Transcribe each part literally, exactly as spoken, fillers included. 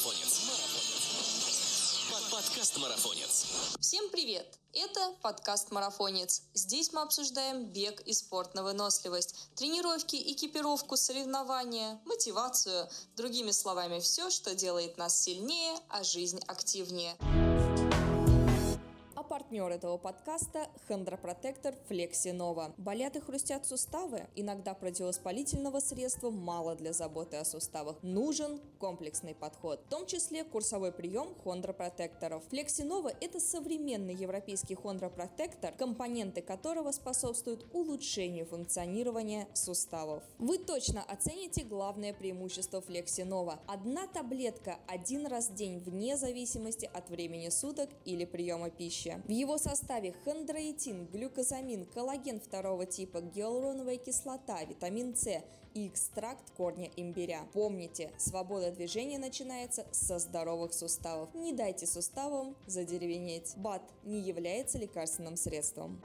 Марафонец. Подкаст Марафонец. Всем привет! Это подкаст Марафонец. Здесь мы обсуждаем бег и спорт на выносливость, тренировки, экипировку, соревнования, мотивацию. Другими словами, все, что делает нас сильнее, а жизнь активнее. А партнер этого подкаста – хондропротектор Flexinova. Болят и хрустят суставы? Иногда противовоспалительного средства мало для заботы о суставах. Нужен комплексный подход, в том числе курсовой прием хондропротекторов. Flexinova – это современный европейский хондропротектор, компоненты которого способствуют улучшению функционирования суставов. Вы точно оцените главное преимущество Flexinova. Одна таблетка один раз в день вне зависимости от времени суток или приема пищи. В его составе хондроитин, глюкозамин, коллаген второго типа, гиалуроновая кислота, витамин С и экстракт корня имбиря. Помните, свобода движения начинается со здоровых суставов. Не дайте суставам задеревенеть. БАД не является лекарственным средством.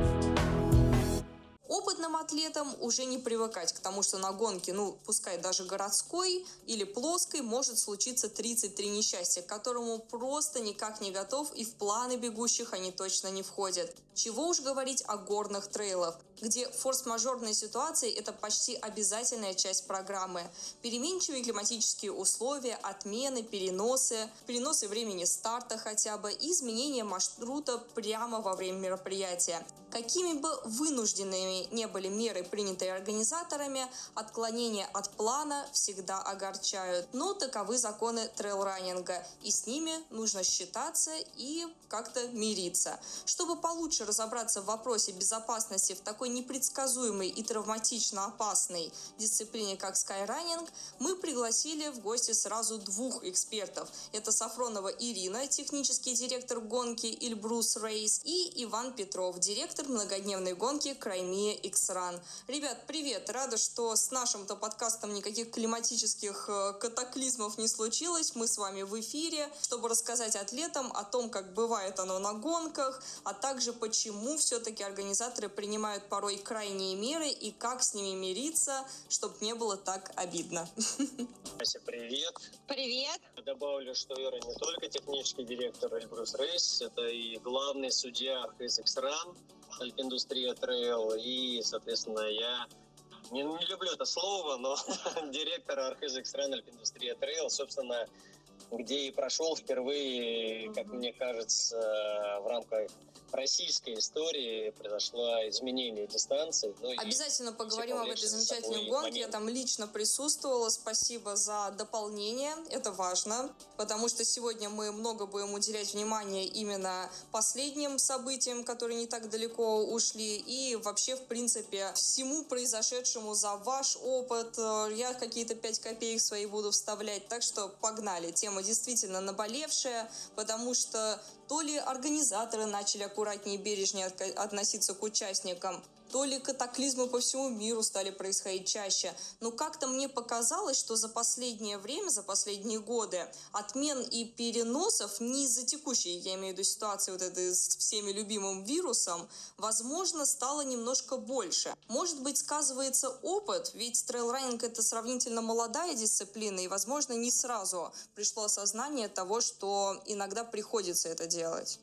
Опытным атлетам уже не привыкать к тому, что на гонке, ну, пускай даже городской или плоской, может случиться тридцать три несчастья, к которому просто никак не готов и в планы бегущих они точно не входят. Чего уж говорить о горных трейлах, где форс-мажорные ситуации – это почти обязательная часть программы. Переменчивые климатические условия, отмены, переносы, переносы времени старта хотя бы и изменение маршрута прямо во время мероприятия. Какими бы вынужденными не были меры, принятые организаторами, отклонения от плана всегда огорчают. Но таковы законы трейл-раннинга, и с ними нужно считаться и как-то мириться. Чтобы получше разобраться в вопросе безопасности в такой непредсказуемой и травматично опасной дисциплине, как скайраннинг, мы пригласили в гости сразу двух экспертов. Это Сафронова Ирина, технический директор гонки Эльбрус Рейс, и Иван Петров, директор многодневной гонки Краймия X-Run. Ребят, привет! Рада, что с нашим-то подкастом никаких климатических катаклизмов не случилось. Мы с вами в эфире, чтобы рассказать атлетам о том, как бывает оно на гонках, а также почему все-таки организаторы принимают порой крайние меры и как с ними мириться, чтобы не было так обидно. Ася, привет. Привет. Добавлю, что Ира не только технический директор Эльбрус Рейс, это и главный судья из X-Run, Альпиндустрия Трейл, и, соответственно, я не, не люблю это слово, но директор Архиз X-Run, Альпиндустрия Трейл, собственно, где и прошел впервые, как мне кажется, в рамках российской истории произошло изменение дистанции. Ну, обязательно поговорим об этой замечательной гонке. Момент. Я там лично присутствовала. Спасибо за дополнение. Это важно, потому что сегодня мы много будем уделять внимания именно последним событиям, которые не так далеко ушли, и вообще, в принципе, всему произошедшему за ваш опыт. Я какие-то пять копеек свои буду вставлять. Так что погнали. Тема действительно наболевшая, потому что то ли организаторы начали аккуратнее и бережнее относиться к участникам, то ли катаклизмы по всему миру стали происходить чаще. Но как-то мне показалось, что за последнее время, за последние годы отмен и переносов не из-за текущей, я имею в виду ситуации вот этой с всеми любимым вирусом, возможно, стало немножко больше. Может быть, сказывается опыт, ведь трейл-раннинг – это сравнительно молодая дисциплина, и, возможно, не сразу пришло осознание того, что иногда приходится это делать.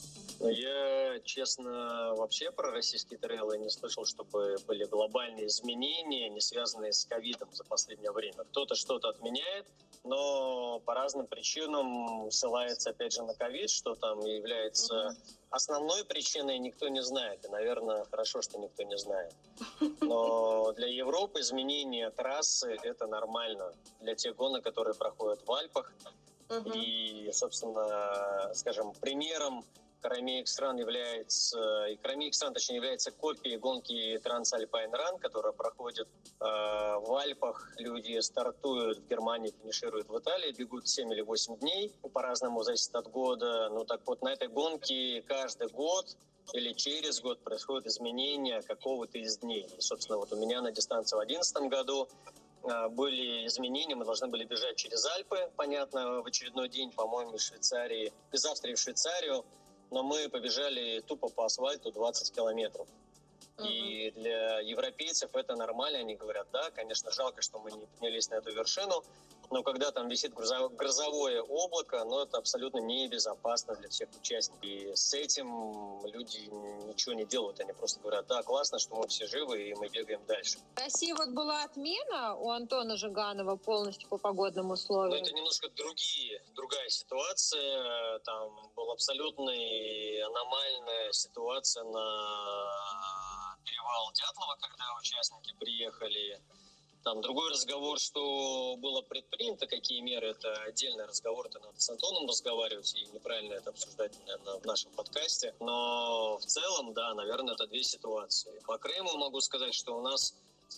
Я, честно, вообще про российские трейлы не слышал, чтобы были глобальные изменения, не связанные с ковидом за последнее время. Кто-то что-то отменяет, но по разным причинам ссылается, опять же, на ковид, что там является основной причиной, никто не знает. И, наверное, хорошо, что никто не знает. Но для Европы изменение трассы – это нормально. Для тех гонок, которые проходят в Альпах. И, собственно, скажем, примером Краймия X-Run является, и Краймия X-Run, точнее, является копией гонки Transalpine Run, которая проходит э, в Альпах. Люди стартуют в Германии, финишируют в Италии, бегут семь или восемь дней, по-разному зависит от года. Ну так вот, на этой гонке каждый год или через год происходит изменение какого-то из дней. И, собственно, вот у меня на дистанции в две тысячи одиннадцатом году были изменения, мы должны были бежать через Альпы, понятно, в очередной день, по-моему, из Швейцарии, из Австрии в Швейцарию, но мы побежали тупо по асфальту двадцать километров. Uh-huh. И для европейцев это нормально, они говорят, да, конечно, жалко, что мы не поднялись на эту вершину, Но когда там висит грозовое облако, ну, это абсолютно небезопасно для всех участников. И с этим люди ничего не делают. Они просто говорят: да, классно, что мы все живы, и мы бегаем дальше. В России вот была отмена у Антона Жиганова полностью по погодным условиям. Но это немножко другие, другая ситуация. Там была абсолютно аномальная ситуация на перевал Дятлова, когда участники приехали. Там другой разговор, что было предпринято, какие меры, это отдельный разговор, это надо с Антоном разговаривать, и неправильно это обсуждать, наверное, в нашем подкасте. Но в целом, да, наверное, это две ситуации. По Крыму могу сказать, что у нас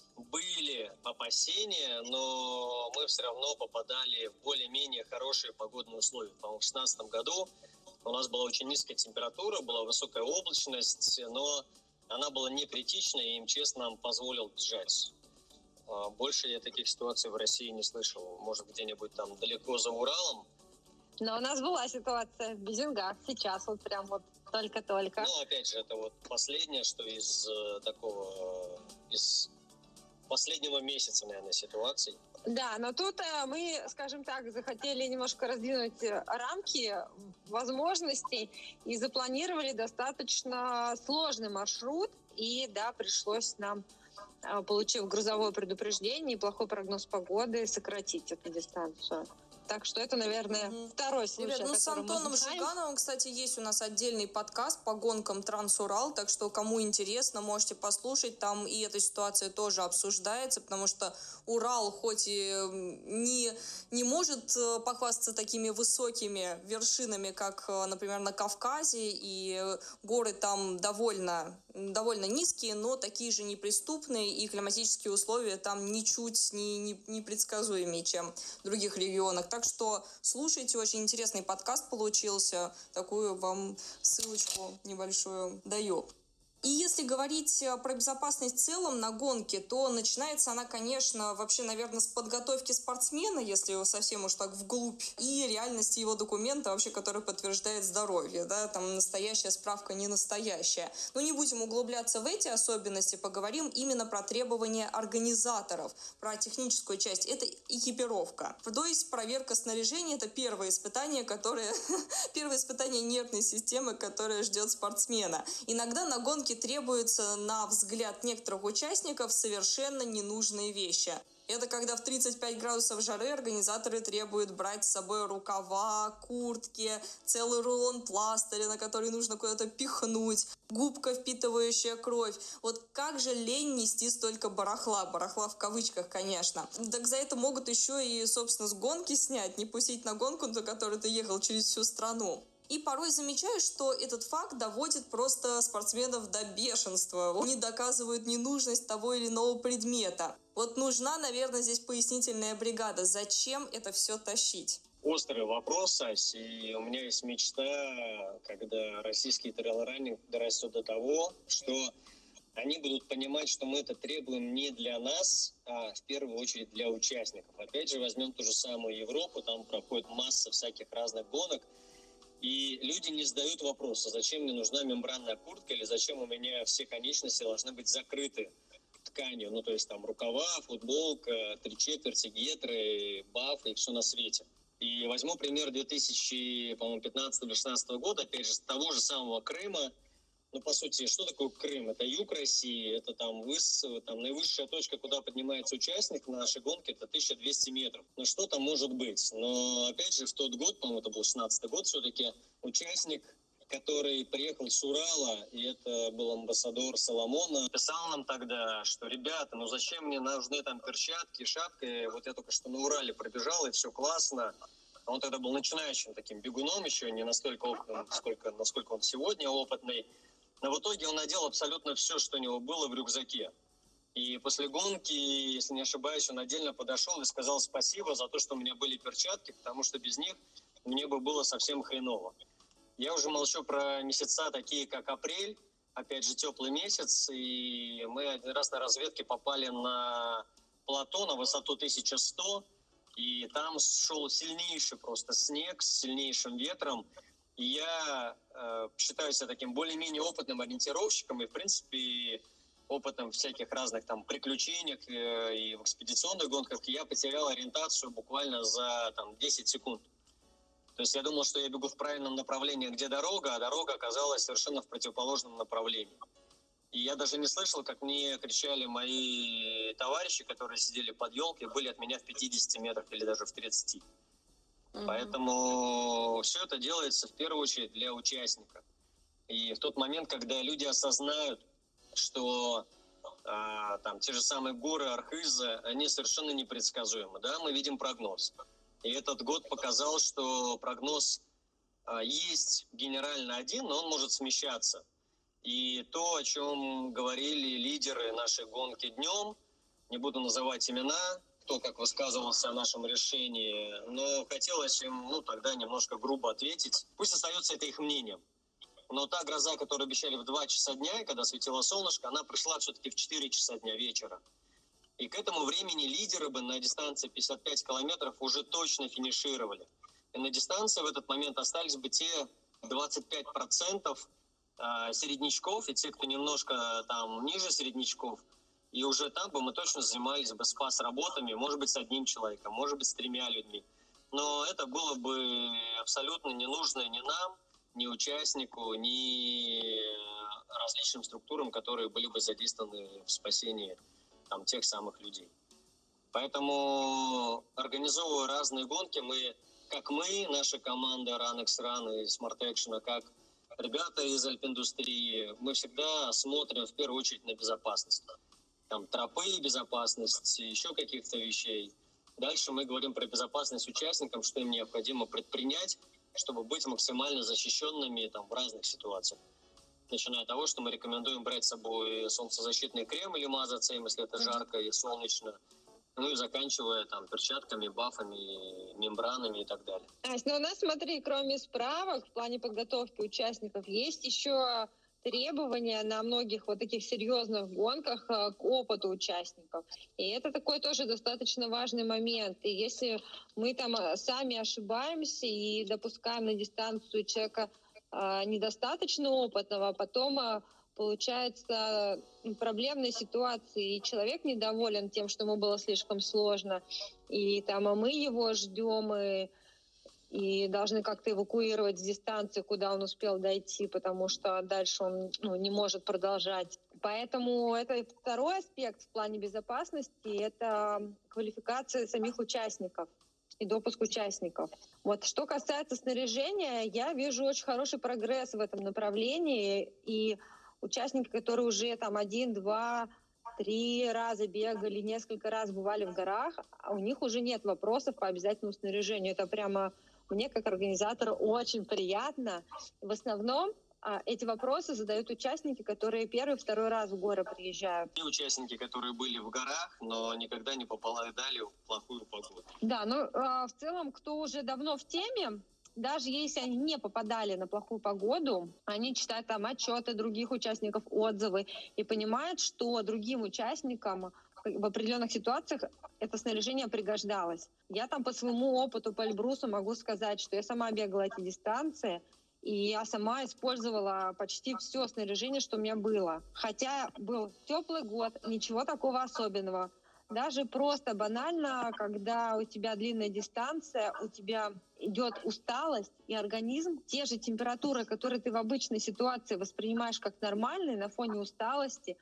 были опасения, но мы все равно попадали в более-менее хорошие погодные условия. По-моему, в две тысячи шестнадцатом году у нас была очень низкая температура, была высокая облачность, но она была не критичной, и МЧС нам позволил бежать. Больше я таких ситуаций в России не слышал. Может, где-нибудь там далеко за Уралом. Но у нас была ситуация в Бизингах сейчас, вот прям вот только-только. Ну, опять же, это вот последнее, что из э, такого, из последнего месяца, наверное, ситуаций. Да, но тут э, мы, скажем так, захотели немножко раздвинуть рамки возможностей и запланировали достаточно сложный маршрут. И, да, пришлось нам, получив грузовое предупреждение и плохой прогноз погоды, сократить эту дистанцию. Так что это, наверное, mm-hmm. второй случай. Ребят, ну с Антоном Жигановым, кстати, есть у нас отдельный подкаст по гонкам Трансурал, так что кому интересно, можете послушать, там и эта ситуация тоже обсуждается, потому что Урал хоть и не, не может похвастаться такими высокими вершинами, как, например, на Кавказе, и горы там довольно, довольно низкие, но такие же неприступные, и климатические условия там ничуть не, не, не предсказуемее, чем в других регионах. Так что слушайте, очень интересный подкаст получился. Такую вам ссылочку небольшую даю. И если говорить про безопасность в целом на гонке, то начинается она, конечно, вообще, наверное, с подготовки спортсмена, если его совсем уж так вглубь, и реальности его документа, вообще, который подтверждает здоровье, да, там настоящая справка, не настоящая. Но не будем углубляться в эти особенности, поговорим именно про требования организаторов, про техническую часть. Это экипировка. То есть проверка снаряжения – это первое испытание, которое, первое испытание нервной системы, которое ждет спортсмена. Иногда на гонке требуется, на взгляд некоторых участников, совершенно ненужные вещи. Это когда в тридцать пять градусов жары организаторы требуют брать с собой рукава, куртки, целый рулон пластыря, на который нужно куда-то пихнуть, губка, впитывающая кровь. Вот как же лень нести столько барахла, барахла в кавычках, конечно. Так за это могут еще и, собственно, с гонки снять, не пустить на гонку, на которой ты ехал через всю страну. И порой замечаю, что этот факт доводит просто спортсменов до бешенства. Они доказывают ненужность того или иного предмета. Вот нужна, наверное, здесь пояснительная бригада. Зачем это все тащить? Острый вопрос, Ась, и у меня есть мечта, когда российский трейл-раннинг дорастет до того, что они будут понимать, что мы это требуем не для нас, а в первую очередь для участников. Опять же, возьмем ту же самую Европу, там проходит масса всяких разных гонок, и люди не задают вопроса, зачем мне нужна мембранная куртка или зачем у меня все конечности должны быть закрыты тканью. Ну, то есть там рукава, футболка, три четверти, гетры, бафы и все на свете. И возьму пример две тысячи пятнадцатого или шестнадцатого года, опять же, с того же самого Крыма. Ну, по сути, что такое Крым? Это юг России, это там, выс, там наивысшая точка, куда поднимается участник на нашей гонке, это тысяча двести метров. Ну, что там может быть? Но, опять же, в тот год, по-моему, это был шестнадцатый год, все-таки участник, который приехал с Урала, и это был амбассадор Соломона, писал нам тогда, что, ребята, ну зачем мне нужны там перчатки, шапка, вот я только что на Урале пробежал, и все классно. Он тогда был начинающим таким бегуном, еще не настолько опытным, сколько, насколько он сегодня опытный. Но в итоге он надел абсолютно все, что у него было в рюкзаке. И после гонки, если не ошибаюсь, он отдельно подошел и сказал спасибо за то, что у меня были перчатки, потому что без них мне бы было совсем хреново. Я уже молчу про месяца такие, как апрель, опять же теплый месяц, и мы один раз на разведке попали на плато на высоту тысяча сто, и там шел сильнейший просто снег с сильнейшим ветром. И я э, считаю себя таким более-менее опытным ориентировщиком, и, в принципе, опытом всяких разных там приключениях э, и в экспедиционных гонках, я потерял ориентацию буквально за там десять секунд. То есть я думал, что я бегу в правильном направлении, где дорога, а дорога оказалась совершенно в противоположном направлении. И я даже не слышал, как мне кричали мои товарищи, которые сидели под елкой, были от меня в пятидесяти метрах или даже в тридцати. Mm-hmm. Поэтому все это делается в первую очередь для участника. И в тот момент, когда люди осознают, что а, там те же самые горы Архиза, они совершенно непредсказуемы. Да, мы видим прогноз. И этот год показал, что прогноз а, есть генерально один, но он может смещаться. И то, о чем говорили лидеры нашей гонки днем, не буду называть имена, кто как высказывался о нашем решении, но хотелось им, ну, тогда немножко грубо ответить. Пусть остается это их мнением. Но та гроза, которую обещали в два часа дня, когда светило солнышко, она пришла все-таки в четыре часа дня вечера. И к этому времени лидеры бы на дистанции пятьдесят пять километров уже точно финишировали. И на дистанции в этот момент остались бы те двадцать пять процентов середнячков и те, кто немножко там ниже середнячков. И уже там бы мы точно занимались бы спас-работами, может быть, с одним человеком, может быть, с тремя людьми. Но это было бы абсолютно не нужно ни нам, ни участнику, ни различным структурам, которые были бы задействованы в спасении там, тех самых людей. Поэтому, организовывая разные гонки, мы, как мы, наша команда Runx Run и Smart Action, как ребята из альпиндустрии, мы всегда смотрим в первую очередь на безопасность. Там тропы, безопасность, еще каких-то вещей. Дальше мы говорим про безопасность участникам, что им необходимо предпринять, чтобы быть максимально защищенными там, в разных ситуациях. Начиная от того, что мы рекомендуем брать с собой солнцезащитный крем или мазаться им, если это жарко и солнечно. Ну и заканчивая там перчатками, бафами, мембранами и так далее. Ась, ну у нас, смотри, кроме справок в плане подготовки участников, есть еще требования на многих вот таких серьезных гонках к опыту участников. И это такой тоже достаточно важный момент. И если мы там сами ошибаемся и допускаем на дистанцию человека э, недостаточно опытного, потом э, получается проблемные ситуации, и человек недоволен тем, что ему было слишком сложно, и там а мы его ждем, и, и должны как-то эвакуировать с дистанции, куда он успел дойти, потому что дальше он ну, не может продолжать. Поэтому это второй аспект в плане безопасности, это квалификация самих участников и допуск участников. Вот что касается снаряжения, я вижу очень хороший прогресс в этом направлении, и участники, которые уже там один, два, три раза бегали, несколько раз бывали в горах, а у них уже нет вопросов по обязательному снаряжению. Это прямо мне, как организатору, очень приятно. В основном а, эти вопросы задают участники, которые первый, второй раз в горы приезжают. И участники, которые были в горах, но никогда не попадали в плохую погоду. Да, ну а, в целом, кто уже давно в теме, даже если они не попадали на плохую погоду, они читают там отчеты других участников, отзывы и понимают, что другим участникам в определенных ситуациях это снаряжение пригождалось. Я там по своему опыту по Эльбрусу могу сказать, что я сама бегала эти дистанции, и я сама использовала почти все снаряжение, что у меня было. Хотя был теплый год, ничего такого особенного. Даже просто банально, когда у тебя длинная дистанция, у тебя идет усталость, и организм, те же температуры, которые ты в обычной ситуации воспринимаешь как нормальные, на фоне усталости,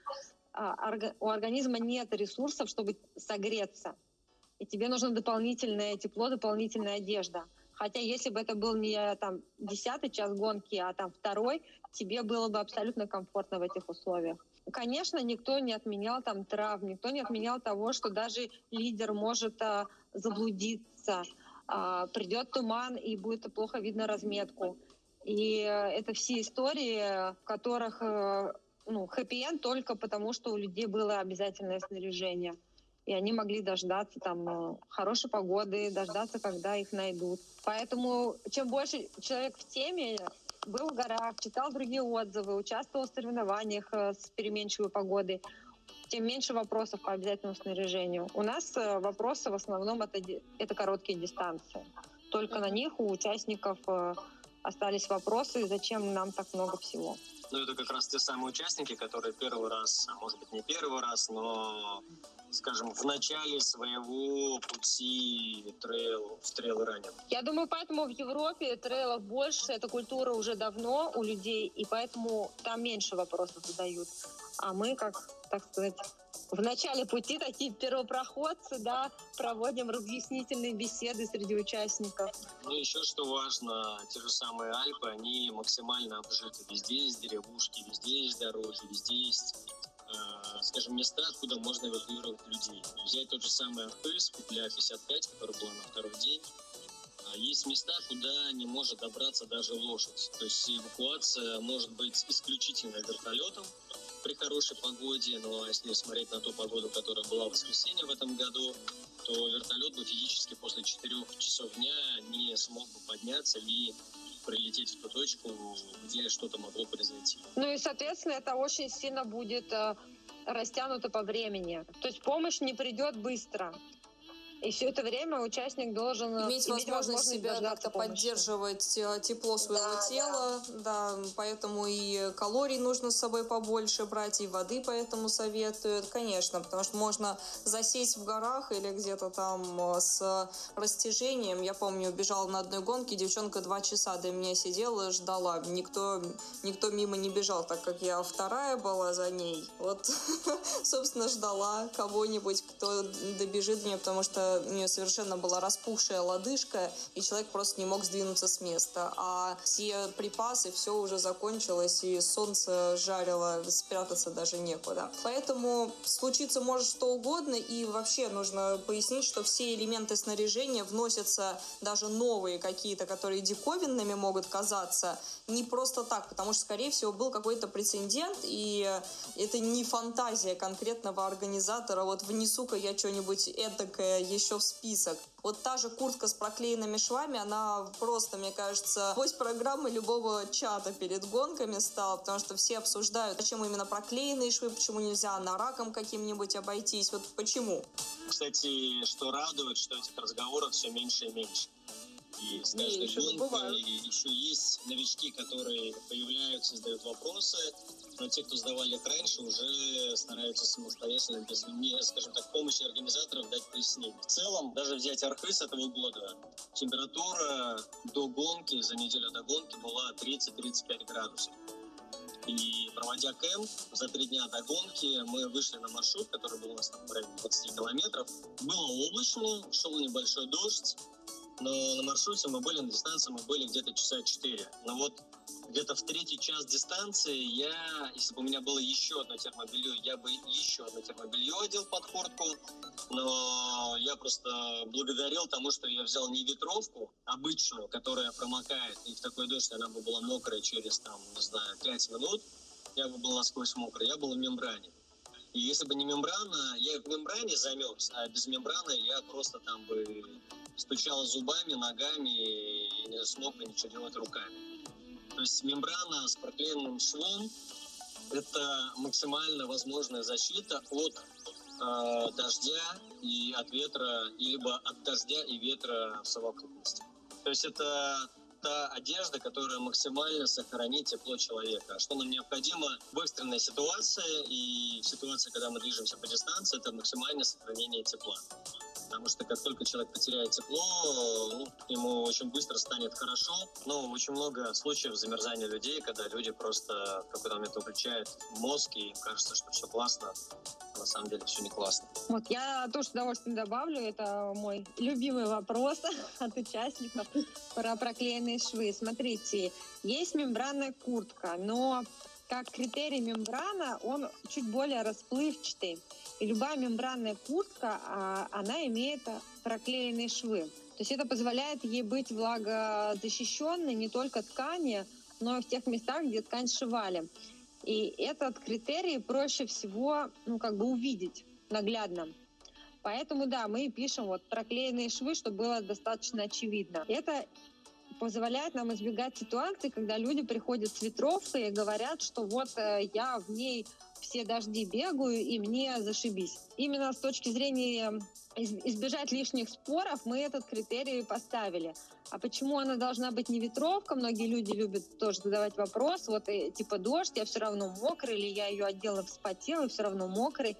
у организма нет ресурсов, чтобы согреться. И тебе нужно дополнительное тепло, дополнительная одежда. Хотя если бы это был не там десятый час гонки, а там второй, тебе было бы абсолютно комфортно в этих условиях. Конечно, никто не отменял там травм, никто не отменял того, что даже лидер может а, заблудиться, а, придет туман и будет плохо видно разметку. И а, это все истории, в которых а, ну, хэппи-энд только потому, что у людей было обязательное снаряжение. И они могли дождаться там хорошей погоды, дождаться, когда их найдут. Поэтому чем больше человек в теме, был в горах, читал другие отзывы, участвовал в соревнованиях с переменчивой погодой, тем меньше вопросов по обязательному снаряжению. У нас вопросы в основном это, это короткие дистанции. Только на них у участников остались вопросы, зачем нам так много всего. Ну, это как раз те самые участники, которые первый раз, а может быть не первый раз, но, скажем, в начале своего пути трейл, в трейл-раннинг. Я думаю, поэтому в Европе трейлов больше, эта культура уже давно у людей, и поэтому там меньше вопросов задают. А мы, как, так сказать, в начале пути такие первопроходцы, да, проводим разъяснительные беседы среди участников. Ну, еще что важно, те же самые Альпы, они максимально обжиты. Везде есть деревушки, везде есть дороги, везде есть, э, скажем, места, откуда можно эвакуировать людей. Взять тот же самый Архыз, петля пятьдесят пять, которая была на второй день. Есть места, куда не может добраться даже лошадь. То есть эвакуация может быть исключительно вертолетом при хорошей погоде, но если смотреть на ту погоду, которая была в воскресенье в этом году, то вертолет бы физически после четырех часов дня не смог бы подняться и прилететь в ту точку, где что-то могло произойти. Ну и, соответственно, это очень сильно будет э, растянуто по времени. То есть помощь не придет быстро. И все это время участник должен иметь, иметь возможность себя как-то поддерживать тепло своего да, тела, да. да, поэтому и калорий нужно с собой побольше брать, и воды поэтому советуют, конечно, потому что можно засесть в горах или где-то там с растяжением. Я помню, бежала на одной гонке, девчонка два часа до меня сидела, ждала, никто, никто мимо не бежал, так как я вторая была за ней. Вот, собственно, ждала кого-нибудь, кто добежит до меня, потому что у нее совершенно была распухшая лодыжка, и человек просто не мог сдвинуться с места. А все припасы, все уже закончилось, и солнце жарило, спрятаться даже некуда. Поэтому случиться может что угодно, и вообще нужно пояснить, что все элементы снаряжения вносятся, даже новые какие-то, которые диковинными могут казаться, не просто так, потому что, скорее всего, был какой-то прецедент, и это не фантазия конкретного организатора, вот внесу-ка я что-нибудь эдакое еще в список. Вот та же куртка с проклеенными швами, она просто, мне кажется, сквозь программы любого чата перед гонками стала, потому что все обсуждают, почему именно проклеенные швы, почему нельзя нараком каким-нибудь обойтись, вот почему. Кстати, что радует, что этих разговоров все меньше и меньше. И с каждой гонкой еще есть новички, которые появляются, задают вопросы, но те, кто сдавали их раньше, уже стараются самостоятельно, без, скажем так, помощи организаторов дать пояснение. В целом, даже взять Архыз этого года, температура до гонки, за неделю до гонки была тридцать-тридцать пять градусов. И проводя кэмп за три дня до гонки, мы вышли на маршрут, который был у нас там в районе двадцать километров. Было облачно, шел небольшой дождь, но на маршруте мы были, на дистанции мы были где-то часа четыре. Но вот где-то в третий час дистанции я, если бы у меня было еще одно термобелье, я бы еще одно термобелье одел под куртку. Но я просто благодарил тому, что я взял не ветровку обычную, которая промокает, и в такой дождь она бы была мокрая через, там, не знаю, пять минут. Я бы был насквозь мокрый, я был в мембране. И если бы не мембрана, я в мембране замерз, а без мембраны я просто там бы стучал зубами, ногами и не смог бы ничего делать руками. То есть мембрана с проклеенным швом – это максимально возможная защита от э, дождя и от ветра, либо от дождя и ветра в совокупности. То есть это та одежда, которая максимально сохранит тепло человека. Что нам необходимо в экстренной ситуации и в ситуации, когда мы движемся по дистанции, это максимальное сохранение тепла. Потому что как только человек потеряет тепло, ну, ему очень быстро станет хорошо. Но очень много случаев замерзания людей, когда люди просто в какой-то момент выключают мозг, и им кажется, что все классно. А на самом деле все не классно. Вот я тоже с удовольствием добавлю, это мой любимый вопрос от участников про проклеенные швы. Смотрите, есть мембранная куртка, но как критерий мембрана, он чуть более расплывчатый. И любая мембранная куртка, она имеет проклеенные швы. То есть это позволяет ей быть влагозащищенной не только ткани, но и в тех местах, где ткань сшивали. И этот критерий проще всего, ну, как бы увидеть наглядно. Поэтому, да, мы пишем вот проклеенные швы, чтобы было достаточно очевидно. Это позволяет нам избегать ситуации, когда люди приходят с ветровкой и говорят, что вот э, я в ней все дожди бегаю, и мне зашибись. Именно с точки зрения избежать лишних споров мы этот критерий поставили. А почему она должна быть не ветровка? Многие люди любят тоже задавать вопрос. Вот типа дождь, я все равно мокрый, или я ее одела, вспотела, все равно мокрый.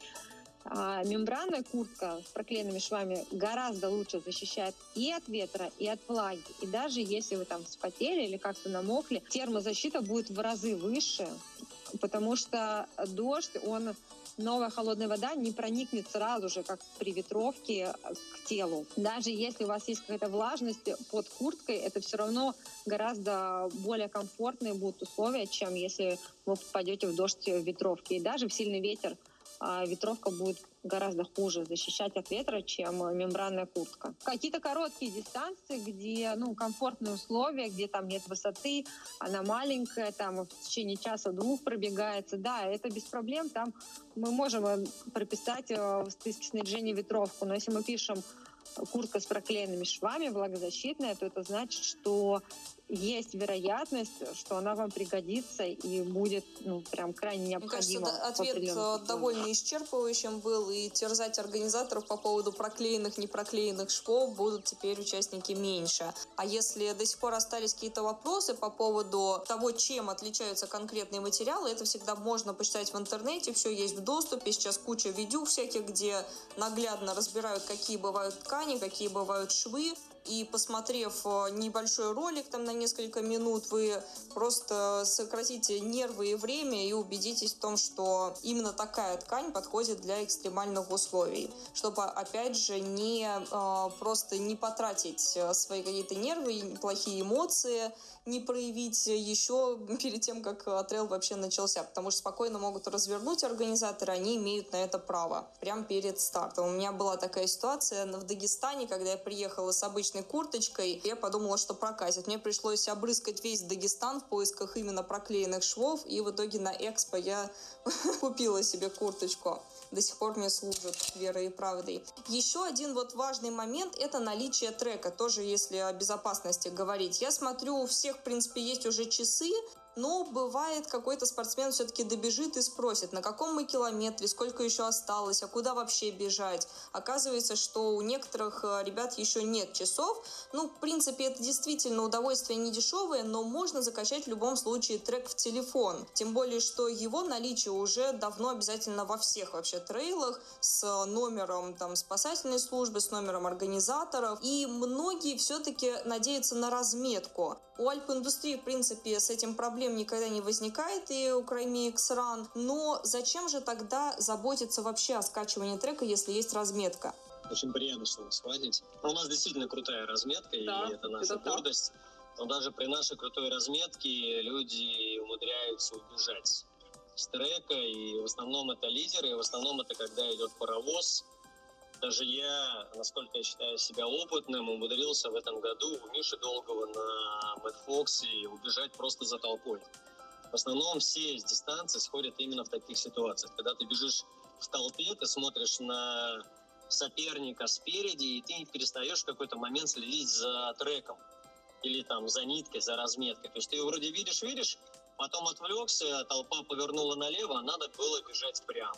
А мембранная куртка с проклеенными швами гораздо лучше защищает и от ветра, и от влаги. И даже если вы там вспотели или как-то намокли, термозащита будет в разы выше, потому что дождь, он, новая холодная вода не проникнет сразу же, как при ветровке, к телу. Даже если у вас есть какая-то влажность под курткой, это все равно гораздо более комфортные будут условия, чем если вы попадете в дождь в ветровке. И даже в сильный ветер а ветровка будет гораздо хуже защищать от ветра, чем мембранная куртка. Какие-то короткие дистанции, где ну, комфортные условия, где там нет высоты, она маленькая, там в течение часа-двух пробегается. Да, это без проблем, там мы можем прописать в списке снаряжения ветровку, но если мы пишем куртка с проклеенными швами, влагозащитная, то это значит, что есть вероятность, что она вам пригодится и будет ну, прям крайне необходима. Мне кажется, ответ довольно исчерпывающим был, и терзать организаторов по поводу проклеенных, непроклеенных швов будут теперь участники меньше. А если до сих пор остались какие-то вопросы по поводу того, чем отличаются конкретные материалы, это всегда можно почитать в интернете, все есть в доступе, сейчас куча видео всяких, где наглядно разбирают, какие бывают ткани, какие бывают швы. И посмотрев небольшой ролик там на несколько минут, вы просто сократите нервы и время и убедитесь в том, что именно такая ткань подходит для экстремальных условий. Чтобы, опять же, не просто не потратить свои какие-то нервы, плохие эмоции, не проявить еще перед тем, как трейл вообще начался, потому что спокойно могут развернуть организаторы, они имеют на это право, прямо перед стартом. У меня была такая ситуация в Дагестане, когда я приехала с обычной курточкой, я подумала, что прокатит. Мне пришлось обрыскать весь Дагестан в поисках именно проклеенных швов, и в итоге на экспо я купила себе курточку. До сих пор мне служат верой и правдой. Еще один вот важный момент – это наличие трека. Тоже, если о безопасности говорить. Я смотрю, у всех, в принципе, есть уже часы, но бывает, какой-то спортсмен все-таки добежит и спросит, на каком мы километре, сколько еще осталось, а куда вообще бежать. Оказывается, что у некоторых ребят еще нет часов. Ну, в принципе, это действительно удовольствие не дешевое, но можно закачать в любом случае трек в телефон. Тем более, что его наличие уже давно обязательно во всех вообще трейлах с номером там спасательной службы, с номером организаторов. И многие все-таки надеются на разметку. У Альп-индустрии, в принципе, с этим проблем никогда не возникает, и у Крайми X-Run. Но зачем же тогда заботиться вообще о скачивании трека, если есть разметка? Очень приятно, что вы схватите. У нас действительно крутая разметка, да, и это наша это гордость. Но даже при нашей крутой разметке люди умудряются убежать с трека, и в основном это лидеры, и в основном это когда идет паровоз. Даже я, насколько я считаю себя опытным, умудрился в этом году у Миши Долгого на Мэтт Фоксе убежать просто за толпой. В основном все с дистанции сходят именно в таких ситуациях. Когда ты бежишь в толпе, ты смотришь на соперника спереди, и ты перестаешь в какой-то момент следить за треком или там за ниткой, за разметкой. То есть ты вроде видишь-видишь, потом отвлекся, толпа повернула налево, а надо было бежать прямо.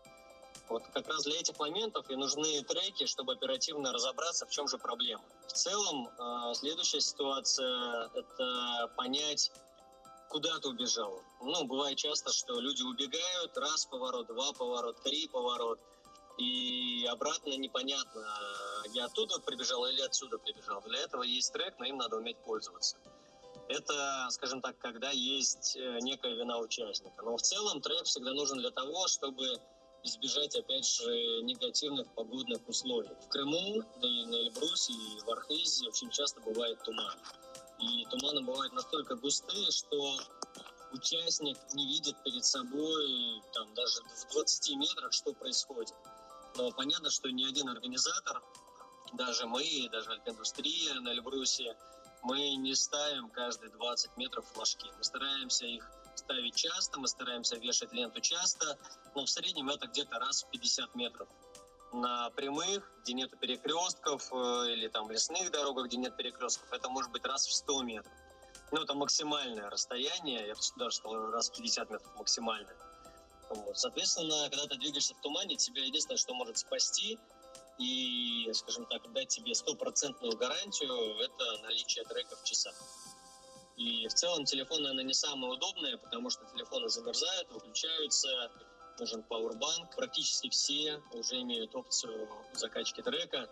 Вот как раз для этих моментов и нужны треки, чтобы оперативно разобраться, в чем же проблема. В целом, э, следующая ситуация – это понять, куда ты убежал. Ну, бывает часто, что люди убегают, раз поворот, два поворот, три поворот, и обратно непонятно, я оттуда прибежал или отсюда прибежал. Для этого есть трек, но им надо уметь пользоваться. Это, скажем так, когда есть некая вина участника. Но в целом трек всегда нужен для того, чтобы избежать, опять же, негативных погодных условий. В Крыму, да и на Эльбрусе, и в Архизе очень часто бывает туман. И туманы бывают настолько густые, что участник не видит перед собой там, даже в двадцати метрах, что происходит. Но понятно, что ни один организатор, даже мы, даже Альп-индустрия на Эльбрусе, мы не ставим каждые двадцать метров флажки. Мы стараемся их ставить часто, мы стараемся вешать ленту часто, но в среднем это где-то раз в пятьдесят метров. На прямых, где нет перекрестков, или там лесных дорогах, где нет перекрестков, это может быть раз в сто метров. Ну, это максимальное расстояние, я бы даже сказал, раз в пятьдесят метров максимальное. Вот. Соответственно, когда ты двигаешься в тумане, тебя единственное, что может спасти и, скажем так, дать тебе стопроцентную гарантию, это наличие трека в часах. И в целом телефон, наверное, не самое удобное, потому что телефоны замерзают, выключаются, нужен пауэрбанк. Практически все уже имеют опцию закачки трека.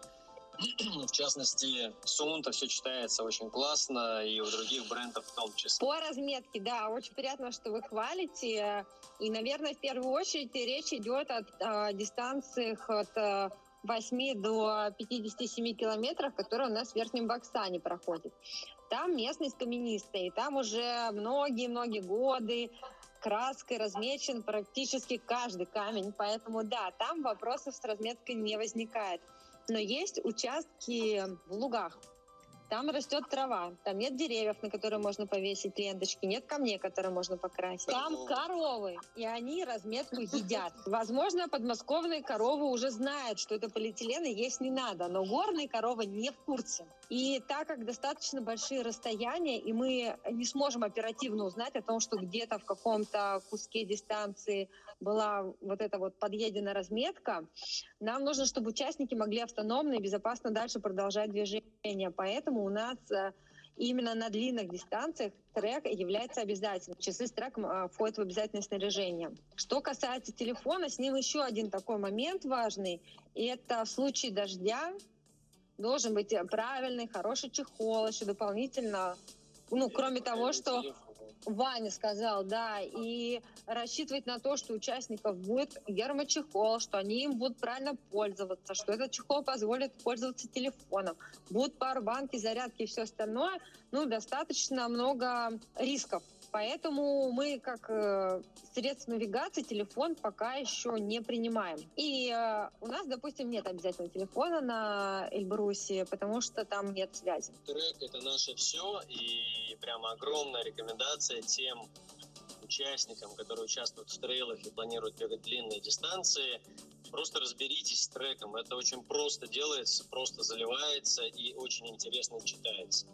В частности, Сунта все читается очень классно, и у других брендов в том числе. По разметке, да, очень приятно, что вы хвалите. И, наверное, в первую очередь речь идет о, о дистанциях от э, восьми до пятидесяти семи километров, которые у нас в Верхнем Баксане проходят. Там местность каменистая, и там уже многие-многие годы краской размечен практически каждый камень. Поэтому, да, там вопросов с разметкой не возникает. Но есть участки в лугах. Там растет трава, там нет деревьев, на которые можно повесить ленточки, нет камней, которые можно покрасить. Там коровы, и они разметку едят. Возможно, подмосковные коровы уже знают, что это полиэтилен и есть не надо, но горные коровы не в курсе. И так как достаточно большие расстояния, и мы не сможем оперативно узнать о том, что где-то в каком-то куске дистанции была вот эта вот подъедена разметка, нам нужно, чтобы участники могли автономно и безопасно дальше продолжать движение. Поэтому у нас именно на длинных дистанциях трек является обязательным. Часы с треком входят в обязательное снаряжение. Что касается телефона, с ним еще один такой момент важный. И это в случае дождя должен быть правильный, хороший чехол, еще дополнительно, ну, кроме того, что Ваня сказал, да, и рассчитывать на то, что у участников будет гермочехол, что они им будут правильно пользоваться, что этот чехол позволит пользоваться телефоном, будут пауэрбанки, зарядки и все остальное, ну, достаточно много рисков. Поэтому мы, как э, средство навигации, телефон пока еще не принимаем. И э, у нас, допустим, нет обязательного телефона на Эльбрусе, потому что там нет связи. Трек — это наше все, и прямо огромная рекомендация тем участникам, которые участвуют в трейлах и планируют бегать длинные дистанции. Просто разберитесь с треком. Это очень просто делается, просто заливается и очень интересно читается.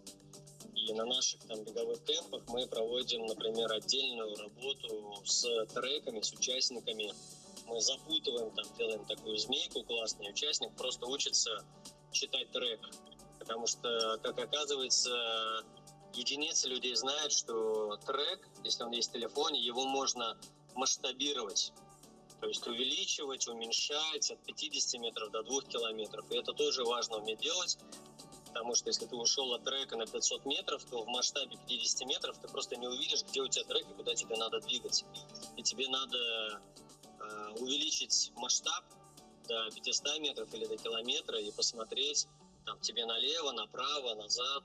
И на наших там беговых кемпах мы проводим, например, отдельную работу с треками, с участниками. Мы запутываем, там делаем такую змейку классную, участник просто учится читать трек. Потому что, как оказывается, единицы людей знают, что трек, если он есть в телефоне, его можно масштабировать. То есть увеличивать, уменьшать от пятидесяти метров до двух километров. И это тоже важно уметь делать. Потому что если ты ушел от трека на пятьсот метров, то в масштабе пятидесяти метров ты просто не увидишь, где у тебя трек и куда тебе надо двигаться. И тебе надо э, увеличить масштаб до пятисот метров или до километра и посмотреть там, тебе налево, направо, назад.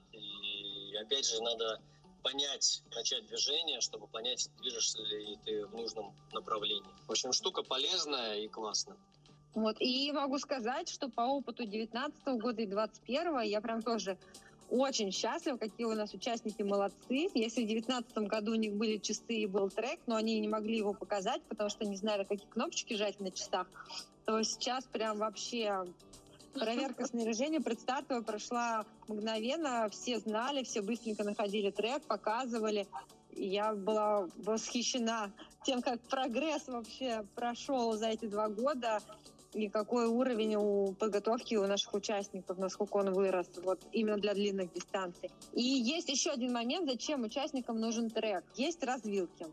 И опять же надо понять, начать движение, чтобы понять, движешься ли ты в нужном направлении. В общем, штука полезная и классная. Вот. И могу сказать, что по опыту девятнадцатого года и двадцать первого я прям тоже очень счастлива, какие у нас участники молодцы. Если в девятнадцатом году у них были часы и был трек, но они не могли его показать, потому что не знали, какие кнопочки жать на часах, то сейчас прям вообще проверка снаряжения предстартовая прошла мгновенно. Все знали, все быстренько находили трек, показывали. Я была восхищена тем, как прогресс вообще прошел за эти два года. И какой уровень у подготовки у наших участников, насколько он вырос, вот именно для длинных дистанций. И есть еще один момент, зачем участникам нужен трек. Есть развилки.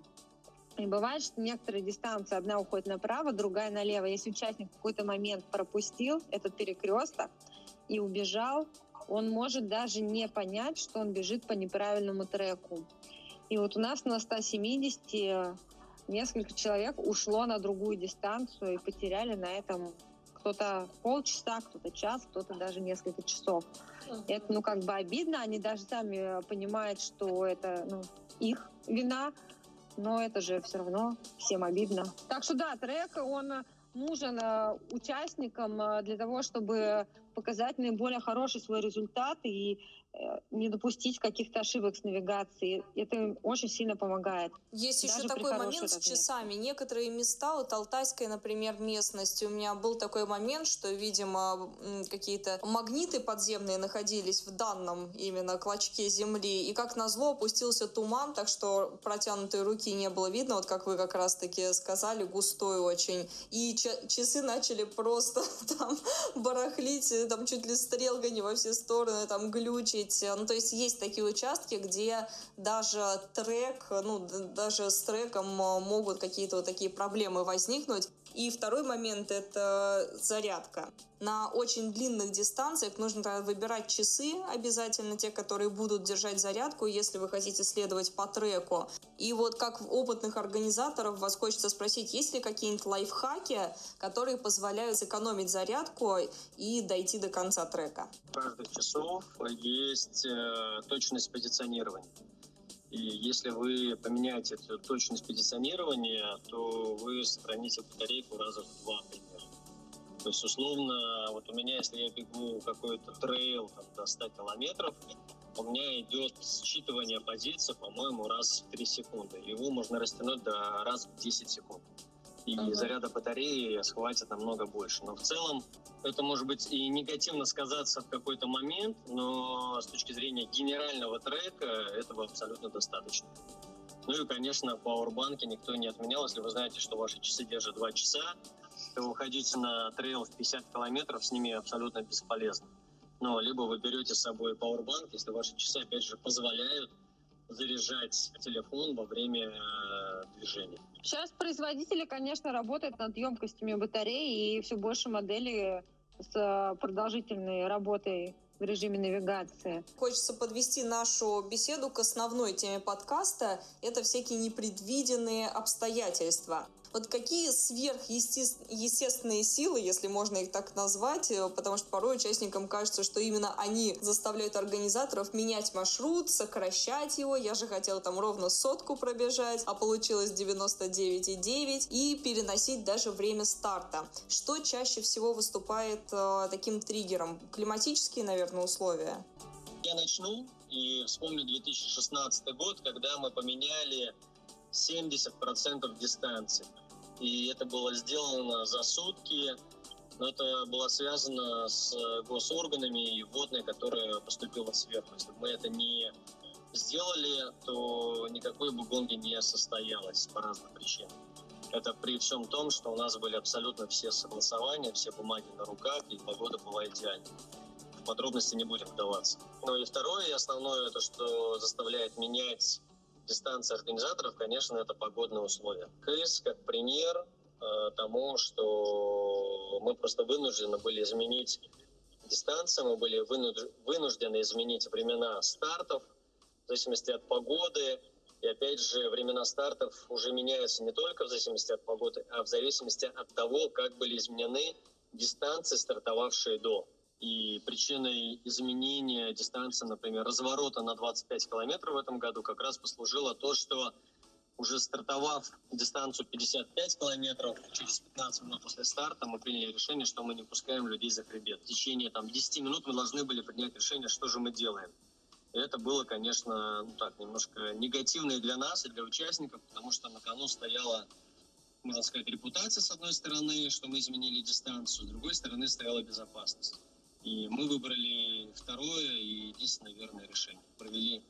И бывает, что некоторые дистанции, одна уходит направо, другая налево. Если участник в какой-то момент пропустил этот перекресток и убежал, он может даже не понять, что он бежит по неправильному треку. И вот у нас на ста семидесяти несколько человек ушло на другую дистанцию и потеряли на этом кто-то полчаса, кто-то час, кто-то даже несколько часов. Uh-huh. Это, ну, как бы обидно. Они даже сами понимают, что это, ну, их вина, но это же все равно всем обидно. Так что да, трек, он нужен участникам для того, чтобы показать наиболее хороший свой результат и не допустить каких-то ошибок с навигацией. Это им очень сильно помогает. Есть Даже еще при такой хорошей момент с разметке. часами. Некоторые места, вот Алтайская, например, местность, у меня был такой момент, что, видимо, м, какие-то магниты подземные находились в данном именно клочке земли, и как назло опустился туман, так что протянутой руки не было видно, вот как вы как раз-таки сказали, густой очень. И ча- часы начали просто там барахлить, там чуть ли стрелка не во все стороны, там глючить. Ну, то есть есть такие участки, где даже трек, ну, д- даже с треком а, могут какие-то вот такие проблемы возникнуть. И второй момент – это зарядка. На очень длинных дистанциях нужно тогда выбирать часы обязательно, те, которые будут держать зарядку, если вы хотите следовать по треку. И вот как опытных организаторов вас хочется спросить, есть ли какие-нибудь лайфхаки, которые позволяют сэкономить зарядку и дойти до конца трека? У каждых часов есть э, точность позиционирования. И если вы поменяете эту точность позиционирования, то вы сохраните батарейку раза в два примерно. То есть, условно, вот у меня, если я бегу какой-то трейл там, до ста километров, у меня идет считывание позиции, по-моему, раз в три секунды. Его можно растянуть до раз в десять секунд. И Ага. заряда батареи схватит намного больше. Но в целом это может быть и негативно сказаться в какой-то момент, но с точки зрения генерального трека этого абсолютно достаточно. Ну и, конечно, пауэрбанки никто не отменял. Если вы знаете, что ваши часы держат два часа, то выходите на трейл в пятьдесят километров, с ними абсолютно бесполезно. Но либо вы берете с собой пауэрбанк, если ваши часы, опять же, позволяют заряжать телефон во время э, движения. Сейчас производители, конечно, работают над емкостями батареи, и все больше моделей с э, продолжительной работой в режиме навигации. Хочется подвести нашу беседу к основной теме подкаста. Это всякие непредвиденные обстоятельства. Вот какие сверхъестественные силы, если можно их так назвать, потому что порой участникам кажется, что именно они заставляют организаторов менять маршрут, сокращать его. Я же хотела там ровно сотку пробежать, а получилось девяносто девять и девять, и переносить даже время старта. Что чаще всего выступает э, таким триггером? Климатические, наверное, условия? Я начну и вспомню две тысячи шестнадцатый год, когда мы поменяли семьдесят процентов дистанции. И это было сделано за сутки, но это было связано с госорганами и водной, которая поступила сверху. Если бы мы это не сделали, то никакой бы гонки не состоялось по разным причинам. Это при всем том, что у нас были абсолютно все согласования, все бумаги на руках, и погода была идеальной. В подробности не будем вдаваться. Ну и второе, и основное, то, что заставляет менять дистанции организаторов, конечно, это погодные условия. КС как пример э, тому, что мы просто вынуждены были изменить дистанцию, мы были вынуж- вынуждены изменить времена стартов в зависимости от погоды. И опять же, времена стартов уже меняются не только в зависимости от погоды, а в зависимости от того, как были изменены дистанции, стартовавшие до. И причиной изменения дистанции, например, разворота на двадцать пять километров в этом году как раз послужило то, что уже стартовав дистанцию пятьдесят пять километров, через пятнадцать минут после старта мы приняли решение, что мы не пускаем людей за хребет. В течение там, десять минут мы должны были принять решение, что же мы делаем. И это было, конечно, ну, так, немножко негативно и для нас, и для участников, потому что на кону стояла, можно сказать, репутация, с одной стороны, что мы изменили дистанцию, с другой стороны стояла безопасность. И мы выбрали второе и единственное верное решение. Провели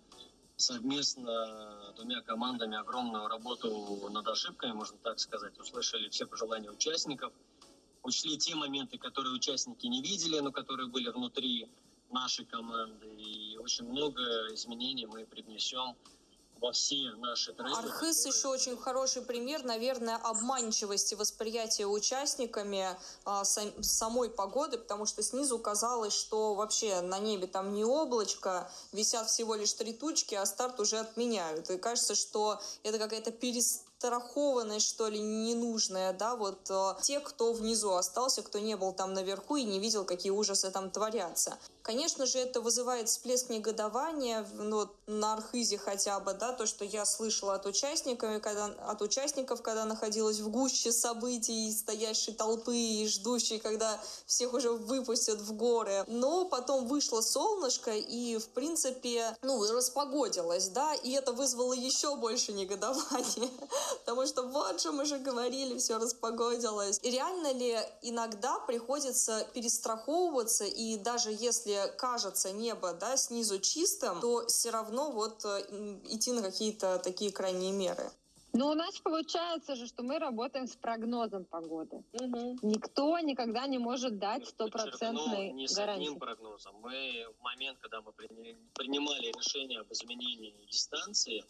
совместно двумя командами огромную работу над ошибками, можно так сказать. Услышали все пожелания участников, учли те моменты, которые участники не видели, но которые были внутри нашей команды. И очень много изменений мы привнесем во все наши трейлы. Архыз которые... еще очень хороший пример, наверное, обманчивости восприятия участниками а, сам, самой погоды, потому что снизу казалось, что вообще на небе там не облачко, висят всего лишь три тучки, а старт уже отменяют. И кажется, что это какая-то перес перестрахованность, что ли, ненужная, да, вот э, те, кто внизу остался, кто не был там наверху и не видел, какие ужасы там творятся. Конечно же, это вызывает всплеск негодования, ну, на Архизе хотя бы, да, то, что я слышала от участников, когда, от участников, когда находилась в гуще событий, стоящей толпы и ждущей, когда всех уже выпустят в горы. Но потом вышло солнышко и, в принципе, ну, распогодилось, да, и это вызвало еще больше негодования, потому что вот же мы же говорили, все распогодилось. И реально ли иногда приходится перестраховываться, и даже если кажется небо, да, снизу чистым, то все равно вот идти на какие-то такие крайние меры? Ну, у нас получается же, что мы работаем с прогнозом погоды. Угу. Никто никогда не может дать стопроцентной не с гарантии. одним прогнозом. Мы в момент, когда мы принимали решение об изменении дистанции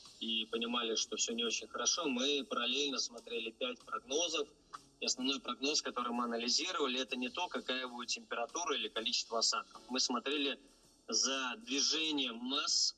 и понимали, что все не очень хорошо, мы параллельно смотрели пять прогнозов. И основной прогноз, который мы анализировали, это не то, какая будет температура или количество осадков. Мы смотрели за движением масс,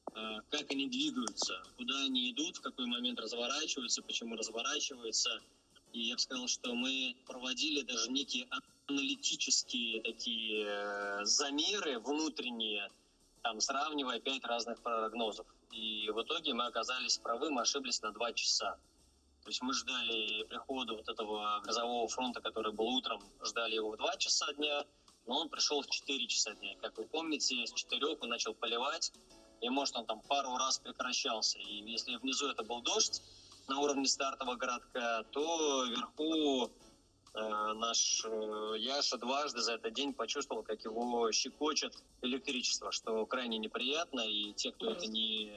как они двигаются, куда они идут, в какой момент разворачиваются, почему разворачиваются. И я бы сказал, что мы проводили даже некие аналитические такие замеры внутренние, там, сравнивая пять разных прогнозов. И в итоге мы оказались правы, мы ошиблись на два часа. То есть мы ждали прихода вот этого грозового фронта, который был утром, ждали его в два часа дня, но он пришел в четыре часа дня. Как вы помните, с четырех он начал поливать, и может он там пару раз прекращался. И если внизу это был дождь на уровне стартового городка, то вверху э, наш э, Яша дважды за этот день почувствовал, как его щекочет электричество, что крайне неприятно, и те, кто это не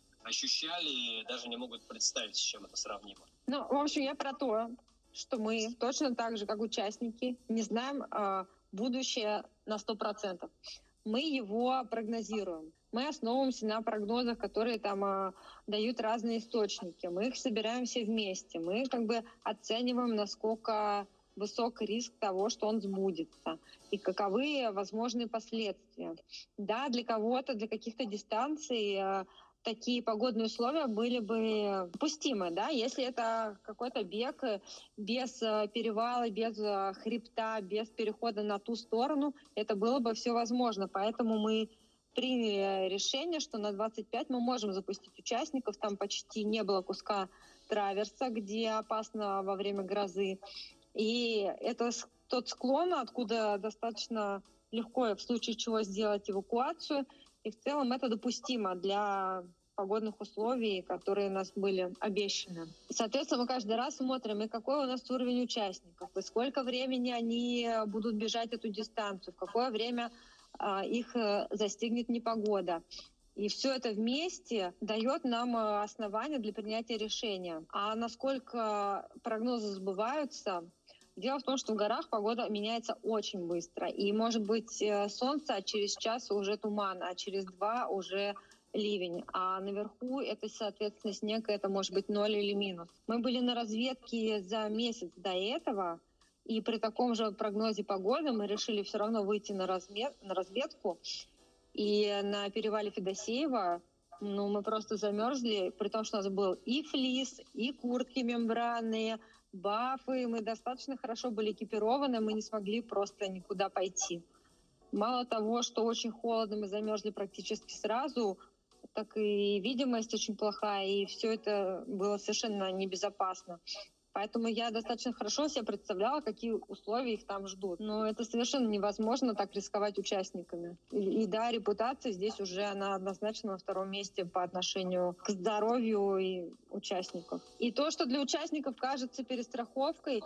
ощущали, даже не могут представить, с чем это сравнимо. Ну, в общем, я про то, что мы точно так же, как участники, не знаем э, будущее на сто процентов. Мы его прогнозируем. Мы основываемся на прогнозах, которые там э, дают разные источники. Мы их собираем все вместе. Мы как бы оцениваем, насколько высок риск того, что он сбудется, и каковы возможные последствия. Да, для кого-то, для каких-то дистанций э, такие погодные условия были бы допустимы, да, если это какой-то бег без перевала, без хребта, без перехода на ту сторону, это было бы все возможно. Поэтому мы приняли решение, что на двадцать пять мы можем запустить участников. Там почти не было куска траверса, где опасно во время грозы. И это тот склон, откуда достаточно легко в случае чего сделать эвакуацию. И в целом это допустимо для погодных условий, которые у нас были обещаны. Соответственно, мы каждый раз смотрим, и какой у нас уровень участников, и сколько времени они будут бежать эту дистанцию, в какое время а, их застигнет непогода. И все это вместе дает нам основания для принятия решения. А насколько прогнозы сбываются, дело в том, что в горах погода меняется очень быстро. И может быть солнце, а через час уже туман, а через два уже ливень. А наверху это, соответственно, снег, это может быть ноль или минус. Мы были на разведке за месяц до этого, и при таком же прогнозе погоды мы решили все равно выйти на, размер, на разведку. И на перевале Федосеева ну, мы просто замерзли, при том, что у нас был и флис, и куртки мембранные, бафы. Мы достаточно хорошо были экипированы, мы не смогли просто никуда пойти. Мало того, что очень холодно, мы замерзли практически сразу, так и видимость очень плохая, и все это было совершенно небезопасно. Поэтому я достаточно хорошо себе представляла, какие условия их там ждут. Но это совершенно невозможно так рисковать участниками. И, и да, репутация здесь уже она однозначно на втором месте по отношению к здоровью и участников. И то, что для участников кажется перестраховкой,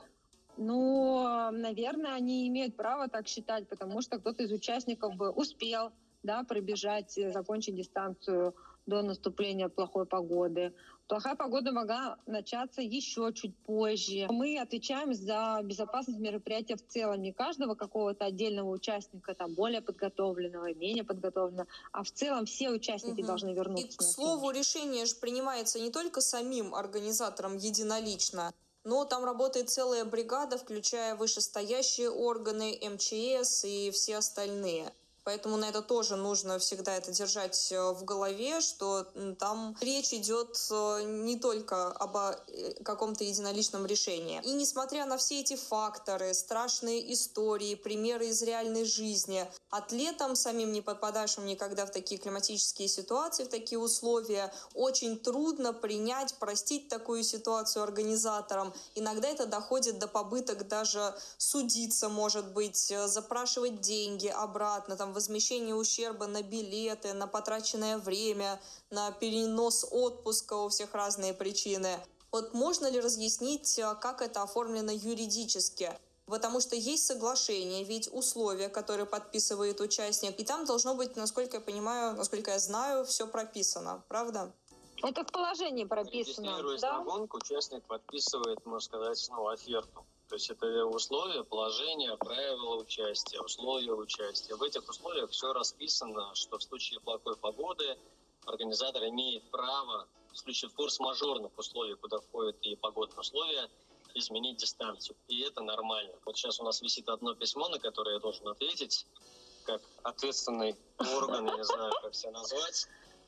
ну, наверное, они имеют право так считать, потому что кто-то из участников бы успел, да, пробежать, закончить дистанцию до наступления плохой погоды. Плохая погода могла начаться еще чуть позже. Мы отвечаем за безопасность мероприятия в целом, не каждого какого-то отдельного участника, там, более подготовленного, менее подготовленного, а в целом все участники угу. должны вернуться. И, к слову, решение же принимается не только самим организатором единолично, но там работает целая бригада, включая вышестоящие органы, эм че эс и все остальные. Поэтому на это тоже нужно всегда это держать в голове, что там речь идет не только об каком-то единоличном решении. И несмотря на все эти факторы, страшные истории, примеры из реальной жизни, атлетам, самим не попадавшим никогда в такие климатические ситуации, в такие условия, очень трудно принять, простить такую ситуацию организаторам. Иногда это доходит до попыток даже судиться, может быть, запрашивать деньги обратно, там, возмещение ущерба на билеты, на потраченное время, на перенос отпуска, у всех разные причины. Вот можно ли разъяснить, как это оформлено юридически? Потому что есть соглашение, ведь условия, которые подписывает участник, и там должно быть, насколько я понимаю, насколько я знаю, все прописано, правда? Это в положении прописано. Регистрируясь да? на гонку, участник подписывает, можно сказать, ну, оферту. То есть это условия, положения, правила участия, условия участия. В этих условиях все расписано, что в случае плохой погоды организатор имеет право в случае форс-мажорных условий, куда входят и погодные условия, изменить дистанцию. И это нормально. Вот сейчас у нас висит одно письмо, на которое я должен ответить, как ответственный орган, я не знаю, как себя назвать.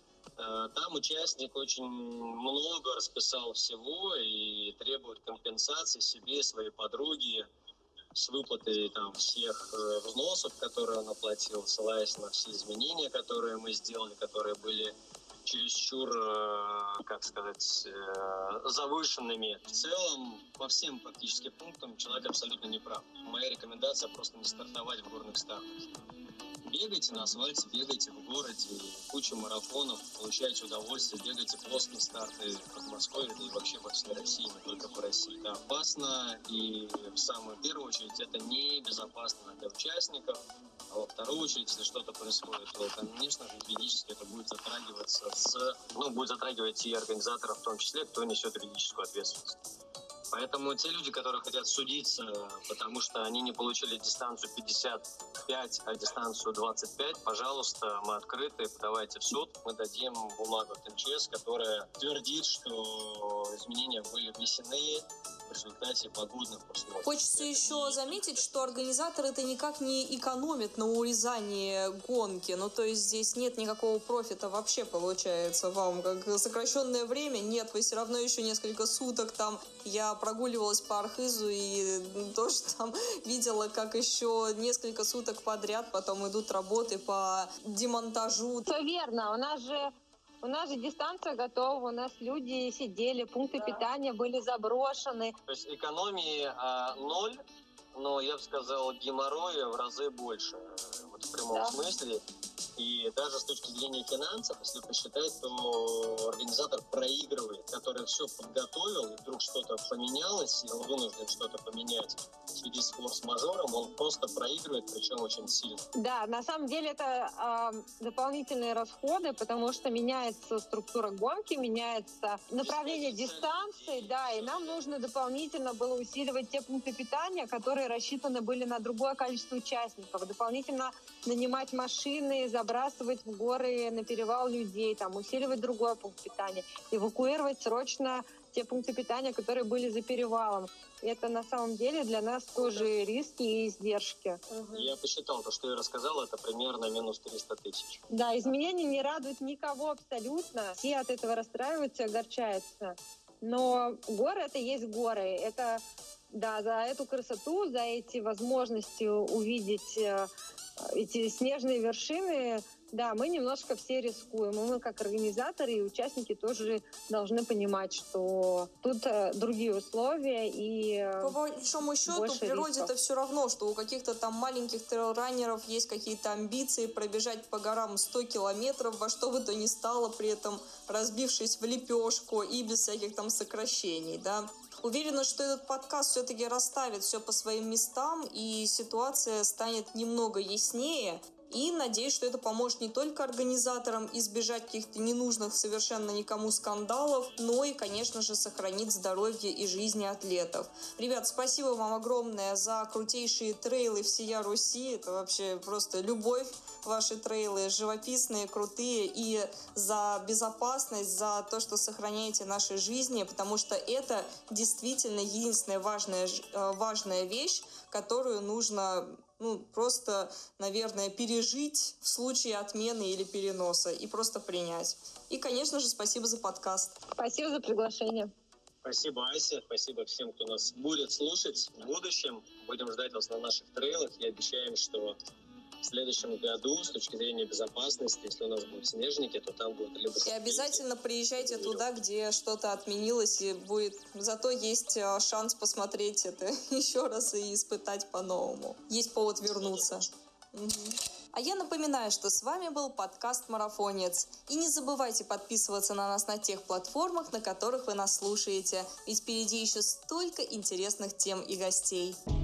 Там участник очень много расписал всего и требует компенсации себе, своей подруге, с выплатой там всех взносов, которые он оплатил, ссылаясь на все изменения, которые мы сделали, которые были чересчур, как сказать, завышенными. В целом, по всем практически пунктам человек абсолютно не прав. Моя рекомендация просто не стартовать в горных стартах. Бегайте на асфальте, бегайте в городе, куча марафонов, получайте удовольствие, бегайте плоские старты в Подмосковье, да и вообще по всей России, не только по России. Это опасно, и в самую первую очередь это небезопасно для участников, а во вторую очередь, если что-то происходит, то, конечно же, юридически это будет затрагиваться с, ну, будет затрагивать и организаторов в том числе, кто несет юридическую ответственность. Поэтому те люди, которые хотят судиться, потому что они не получили дистанцию пятьдесят пять, а дистанцию двадцать пять, пожалуйста, мы открыты, подавайте в суд. Мы дадим бумагу от эм че эс, которая твердит, что изменения были внесены в результате погодных условий. Хочется еще заметить, что организаторы это никак не экономят на урезании гонки. Ну, то есть здесь нет никакого профита вообще, получается, вам. Как сокращенное время нет, вы все равно еще несколько суток там. Я прогуливалась по Архизу и тоже там видела, как еще несколько суток подряд потом идут работы по демонтажу. Все верно, у нас же У нас же дистанция готова, у нас люди сидели, пункты да. питания были заброшены. То есть экономии а, ноль, но я бы сказал, геморроя в разы больше, вот в прямом да. смысле. И даже с точки зрения финансов, если посчитать, то организатор проигрывает, который все подготовил, и вдруг что-то поменялось, и он вынужден что-то поменять в связи с форс-мажором, он просто проигрывает, причем очень сильно. Да, на самом деле это э, дополнительные расходы, потому что меняется структура гонки, меняется направление дистанции, да, и нам нужно дополнительно было усиливать те пункты питания, которые рассчитаны были на другое количество участников, дополнительно нанимать машины, забрасывать в горы на перевал людей, там, усиливать другой пункт питания, эвакуировать срочно те пункты питания, которые были за перевалом. И это на самом деле для нас тоже риски и издержки. Я посчитал, то, что я рассказал, это примерно минус триста тысяч. Да, изменения не радуют никого абсолютно. Все от этого расстраиваются, огорчаются. Но горы — это есть горы. Это, да, за эту красоту, за эти возможности увидеть эти снежные вершины, да, мы немножко все рискуем. И мы, как организаторы и участники, тоже должны понимать, что тут другие условия и по большому счету в природе это все равно, что у каких-то там маленьких трейл-раннеров есть какие-то амбиции пробежать по горам сто километров, во что бы то ни стало, при этом разбившись в лепешку и без всяких там сокращений, да. Уверена, что этот подкаст все-таки расставит все по своим местам, и ситуация станет немного яснее. И надеюсь, что это поможет не только организаторам избежать каких-то ненужных совершенно никому скандалов, но и, конечно же, сохранить здоровье и жизни атлетов. Ребят, спасибо вам огромное за крутейшие трейлы всея Руси. Это вообще просто любовь. Ваши трейлы живописные, крутые, и за безопасность, за то, что сохраняете наши жизни, потому что это действительно единственная важная, важная вещь, которую нужно ну, просто, наверное, пережить в случае отмены или переноса и просто принять. И, конечно же, спасибо за подкаст. Спасибо за приглашение. Спасибо, Ася. Спасибо всем, кто нас будет слушать в будущем. Будем ждать вас на наших трейлах и обещаем, что в следующем году, с точки зрения безопасности, если у нас будут снежники, то там будут либо... И обязательно приезжайте туда, где что-то отменилось, и будет... Зато есть шанс посмотреть это еще раз и испытать по-новому. Есть повод вернуться. Угу. А я напоминаю, что с вами был подкаст «Марафонец». И не забывайте подписываться на нас на тех платформах, на которых вы нас слушаете, ведь впереди еще столько интересных тем и гостей.